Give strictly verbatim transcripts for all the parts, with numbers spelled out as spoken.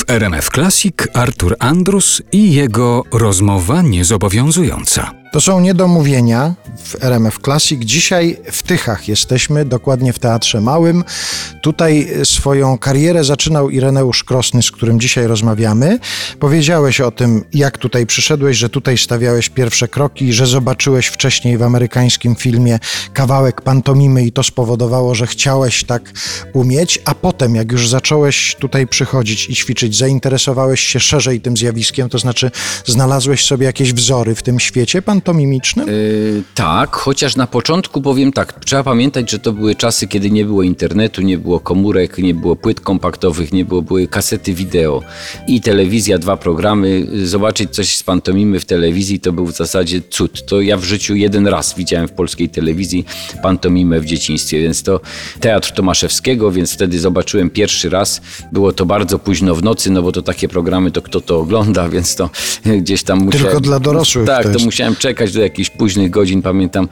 R M F Classic Artur Andrus i jego rozmowa niezobowiązująca. To są niedomówienia w R M F Classic. Dzisiaj w Tychach jesteśmy, dokładnie w Teatrze Małym. Tutaj swoją karierę zaczynał Ireneusz Krosny, z którym dzisiaj rozmawiamy. Powiedziałeś o tym, jak tutaj przyszedłeś, że tutaj stawiałeś pierwsze kroki, że zobaczyłeś wcześniej w amerykańskim filmie kawałek pantomimy i to spowodowało, że chciałeś tak umieć, a potem, jak już zacząłeś tutaj przychodzić i ćwiczyć, zainteresowałeś się szerzej tym zjawiskiem, to znaczy znalazłeś sobie jakieś wzory w tym świecie pantomimicznym? Yy, tak, chociaż na początku powiem tak, trzeba pamiętać, że to były czasy, kiedy nie było internetu, nie było komórek, nie było płyt kompaktowych, nie było, były kasety wideo i telewizja, dwa programy. Zobaczyć coś z pantomimy w telewizji to był w zasadzie cud. To ja w życiu jeden raz widziałem w polskiej telewizji pantomimę w dzieciństwie, więc to Teatr Tomaszewskiego, więc wtedy zobaczyłem pierwszy raz. Było to bardzo późno w nocy, no bo to takie programy, to kto to ogląda, więc to gdzieś tam musiałem... Tylko dla dorosłych. Tak, to, to jest... musiałem czekać do jakichś późnych godzin, pamiętam.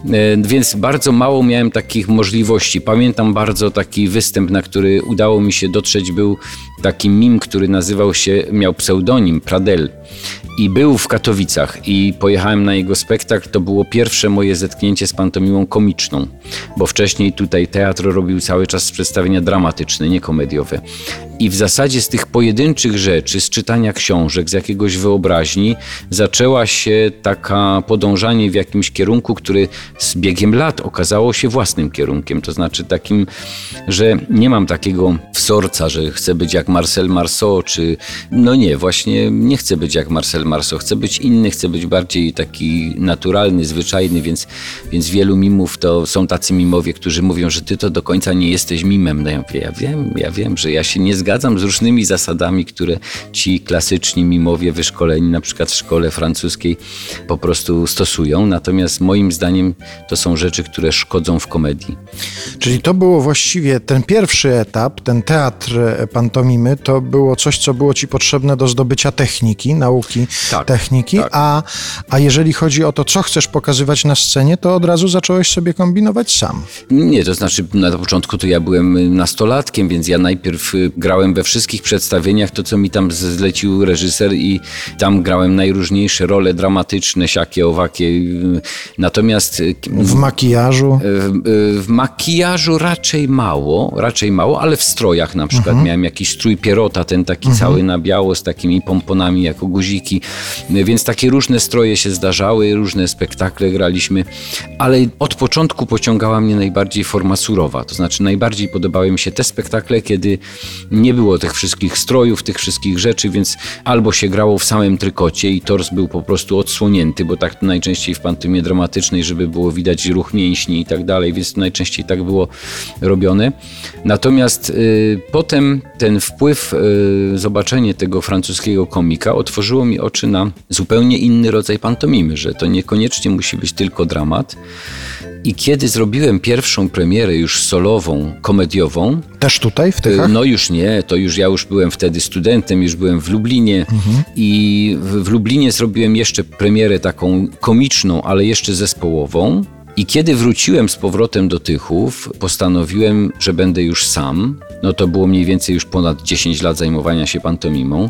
Więc bardzo mało miałem takich możliwości. Pamiętam bardzo taki występ, na który udało mi się dotrzeć, był taki mim, który nazywał się, miał pseudonim Pradel. I był w Katowicach i pojechałem na jego spektakl. To było pierwsze moje zetknięcie z pantomimą komiczną, bo wcześniej tutaj teatr robił cały czas przedstawienia dramatyczne, nie komediowe. I w zasadzie z tych pojedynczych rzeczy, z czytania książek, z jakiegoś wyobraźni zaczęła się taka podążanie w jakimś kierunku, który z biegiem lat okazało się własnym kierunkiem. To znaczy takim, że nie mam takiego wzorca, że chcę być jak Marcel Marceau, czy no nie, właśnie nie chcę być jak Marcel Marceau, chcę być inny, chcę być bardziej taki naturalny, zwyczajny, więc, więc wielu mimów to są tacy mimowie, którzy mówią, że ty to do końca nie jesteś mimem. No ja mówię, ja wiem, ja wiem, że ja się nie zgadzam z różnymi zasadami, które ci klasyczni mimowie wyszkoleni, na przykład w szkole francuskiej, po prostu stosują. Natomiast moim zdaniem to są rzeczy, które szkodzą w komedii. Czyli to było właściwie ten pierwszy etap, ten teatr pantomimy, to było coś, co było ci potrzebne do zdobycia techniki, nauki tak, techniki, tak. A, a jeżeli chodzi o to, co chcesz pokazywać na scenie, to od razu zacząłeś sobie kombinować sam. Nie, to znaczy na początku to ja byłem nastolatkiem, więc ja najpierw grałem we wszystkich przedstawieniach, to co mi tam zlecił reżyser i tam grałem najróżniejsze role dramatyczne, siakie, owakie. Natomiast... W makijażu? W, w makijażu raczej mało, raczej mało, ale w strojach na przykład. Mhm. Miałem jakiś strój Pierrota, ten taki mhm. cały na biało z takimi pomponami jako guziki, więc takie różne stroje się zdarzały, różne spektakle graliśmy, ale od początku pociągała mnie najbardziej forma surowa, to znaczy najbardziej podobały mi się te spektakle, kiedy nie było tych wszystkich strojów, tych wszystkich rzeczy, więc albo się grało w samym trykocie i tors był po prostu odsłonięty, bo tak to najczęściej w pantomimie dramatycznej, żeby było widać ruch mięśni i tak dalej, więc to najczęściej tak było robione. Natomiast y, potem ten wpływ, y, zobaczenie tego francuskiego komika otworzyło mi oczy na zupełnie inny rodzaj pantomimy, że to niekoniecznie musi być tylko dramat. I kiedy zrobiłem pierwszą premierę już solową, komediową... Też tutaj, w Tychach? No już nie, to już ja już byłem wtedy studentem, już byłem w Lublinie mhm. i w, w Lublinie zrobiłem jeszcze premierę taką komiczną, ale jeszcze zespołową. I kiedy wróciłem z powrotem do Tychów, postanowiłem, że będę już sam. No to było mniej więcej już ponad dziesięć lat zajmowania się pantomimą.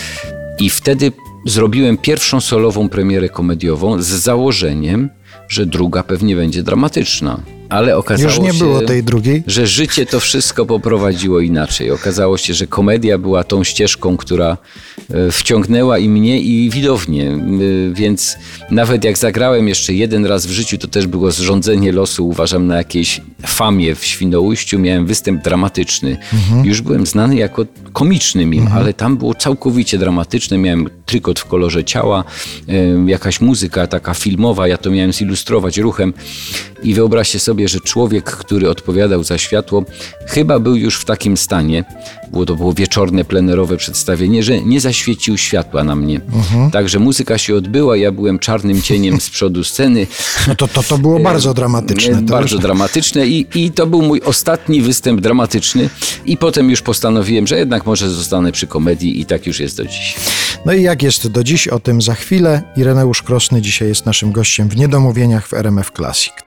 I wtedy zrobiłem pierwszą solową premierę komediową z założeniem, że druga pewnie będzie dramatyczna. Ale okazało Już nie się, było tej drugiej. że życie to wszystko poprowadziło inaczej. Okazało się, że komedia była tą ścieżką, która wciągnęła i mnie, i widownię. Więc nawet jak zagrałem jeszcze jeden raz w życiu, to też było zrządzenie losu, uważam, na jakiejś famie w Świnoujściu. Miałem występ dramatyczny. Mhm. Już byłem znany jako komiczny mim, mhm. ale tam było całkowicie dramatyczne. Miałem trykot w kolorze ciała, jakaś muzyka taka filmowa. Ja to miałem zilustrować ruchem. I wyobraźcie sobie, że człowiek, który odpowiadał za światło, chyba był już w takim stanie, było to było wieczorne, plenerowe przedstawienie, że nie zaświecił światła na mnie. Mhm. Także muzyka się odbyła, ja byłem czarnym cieniem z przodu sceny. No to, to, to było bardzo dramatyczne. To bardzo już... dramatyczne i, i to był mój ostatni występ dramatyczny i potem już postanowiłem, że jednak może zostanę przy komedii i tak już jest do dziś. No i jak jest do dziś, o tym za chwilę. Ireneusz Krosny dzisiaj jest naszym gościem w Niedomówieniach w R M F Classic.